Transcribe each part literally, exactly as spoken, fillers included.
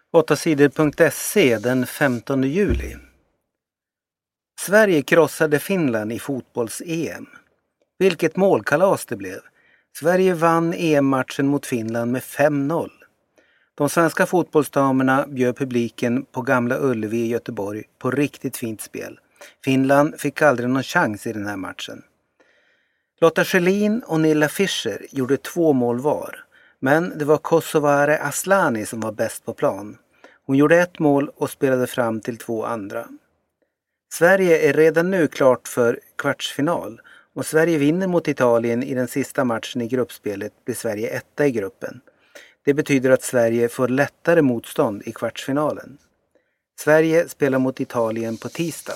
åtta sidor punkt se den femtonde juli. Sverige krossade Finland i fotbolls-E M. Vilket målkalas det blev. Sverige vann E M-matchen mot Finland med fem noll. De svenska fotbollsdamerna bjöd publiken på Gamla Ullevi i Göteborg på riktigt fint spel. Finland fick aldrig någon chans i den här matchen. Lotta Schelin och Nilla Fischer gjorde två mål var. Men det var Kosovare Aslani som var bäst på plan. Hon gjorde ett mål och spelade fram till två andra. Sverige är redan nu klart för kvartsfinal. Om Sverige vinner mot Italien i den sista matchen i gruppspelet blir Sverige etta i gruppen. Det betyder att Sverige får lättare motstånd i kvartsfinalen. Sverige spelar mot Italien på tisdag.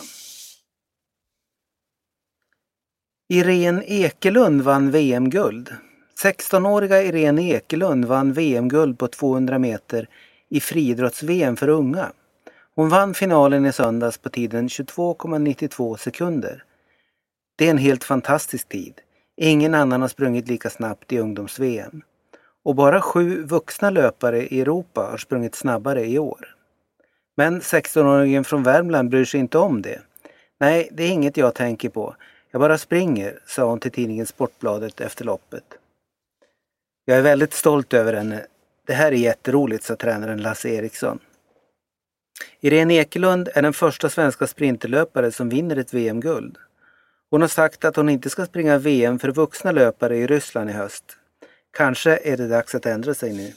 Irene Ekelund vann V M-guld. sextonåriga Irene Ekelund vann V M-guld på tvåhundra meter i friidrotts-V M för unga. Hon vann finalen i söndags på tiden tjugotvå komma nittiotvå sekunder. Det är en helt fantastisk tid. Ingen annan har sprungit lika snabbt i ungdoms-V M. Och bara sju vuxna löpare i Europa har sprungit snabbare i år. Men sextonåringen från Värmland bryr sig inte om det. Nej, det är inget jag tänker på. Jag bara springer, sa hon till tidningen Sportbladet efter loppet. Jag är väldigt stolt över henne. Det här är jätteroligt, sa tränaren Lasse Eriksson. Irene Ekelund är den första svenska sprinterlöpare som vinner ett V M-guld. Hon har sagt att hon inte ska springa V M för vuxna löpare i Ryssland i höst. Kanske är det dags att ändra sig nu.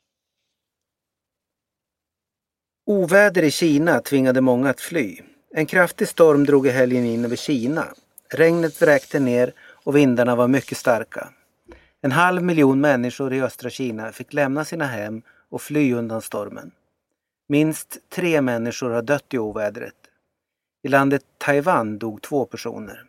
Oväder i Kina tvingade många att fly. En kraftig storm drog i helgen in över Kina. Regnet vräkte ner och vindarna var mycket starka. En halv miljon människor i östra Kina fick lämna sina hem och fly undan stormen. Minst tre människor har dött i ovädret. I landet Taiwan dog två personer.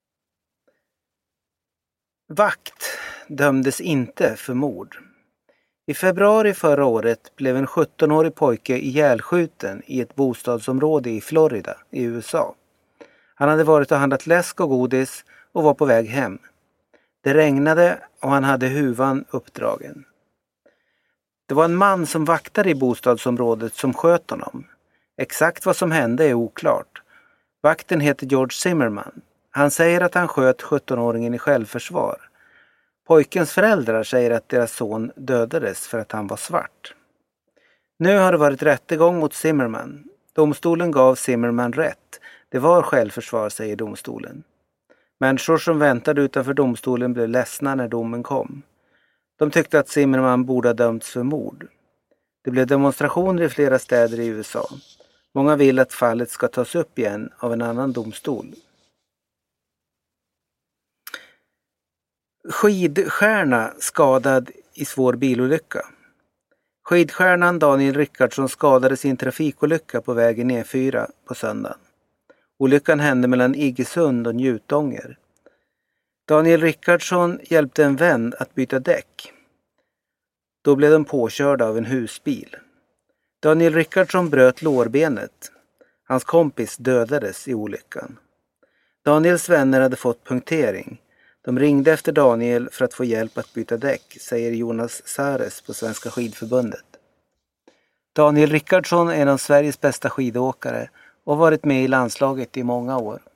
Vakt dömdes inte för mord. I februari förra året blev en sjuttonårig pojke ihjälskjuten i ett bostadsområde i Florida i U S A. Han hade varit och handlat läsk och godis och var på väg hem. Det regnade och han hade huvan uppdragen. Det var en man som vaktade i bostadsområdet som sköt honom. Exakt vad som hände är oklart. Vakten heter George Zimmerman. Han säger att han sköt sjuttonåringen i självförsvar. Pojkens föräldrar säger att deras son dödades för att han var svart. Nu har det varit rättegång mot Zimmerman. Domstolen gav Zimmerman rätt. Det var självförsvar, säger domstolen. Människor som väntade utanför domstolen blev ledsna när domen kom. De tyckte att Zimmerman borde ha dömts för mord. Det blev demonstrationer i flera städer i U S A. Många vill att fallet ska tas upp igen av en annan domstol. Skidstjärna skadad i svår bilolycka. Skidstjärnan Daniel Rickardsson skadades i en trafikolycka på vägen E fyra på söndagen. Olyckan hände mellan Iggesund och Njutånger. Daniel Rickardsson hjälpte en vän att byta däck. Då blev de påkörda av en husbil. Daniel Rickardsson bröt lårbenet. Hans kompis dödades i olyckan. Daniels vänner hade fått punktering. De ringde efter Daniel för att få hjälp att byta däck, säger Jonas Sares på Svenska skidförbundet. Daniel Rickardsson är en av Sveriges bästa skidåkare och varit med i landslaget i många år.